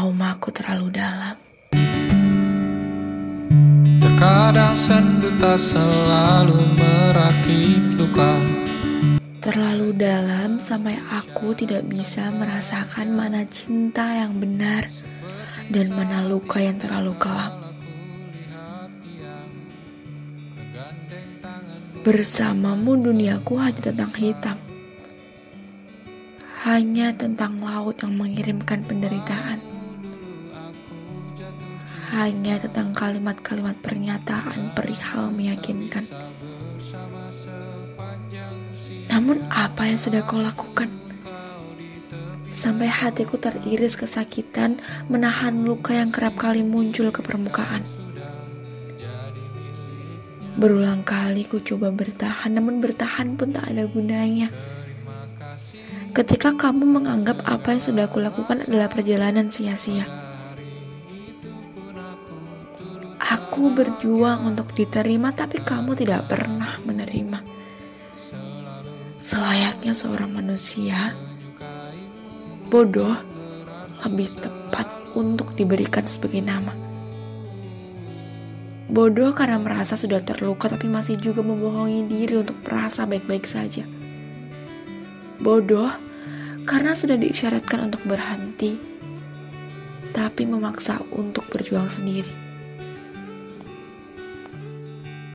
Traumaku terlalu dalam. Terkadang sendu tak selalu merakit luka. Terlalu dalam sampai aku tidak bisa merasakan mana cinta yang benar dan mana luka yang terlalu kelam. Bersamamu duniaku hanya tentang hitam. Hanya tentang laut yang mengirimkan penderitaan. Hanya tentang kalimat-kalimat pernyataan perihal meyakinkan. Namun apa yang sudah kau lakukan? Sampai hatiku teriris kesakitan menahan luka yang kerap kali muncul ke permukaan. Berulang kali ku coba bertahan, namun bertahan pun tak ada gunanya. Ketika kamu menganggap apa yang sudah aku lakukan adalah perjalanan sia-sia. Aku berjuang untuk diterima, tapi kamu tidak pernah menerima. Selayaknya seorang manusia, bodoh lebih tepat untuk diberikan sebagai nama. Bodoh karena merasa sudah terluka tapi masih juga membohongi diri untuk merasa baik-baik saja. Bodoh karena sudah diisyaratkan untuk berhenti, tapi memaksa untuk berjuang sendiri.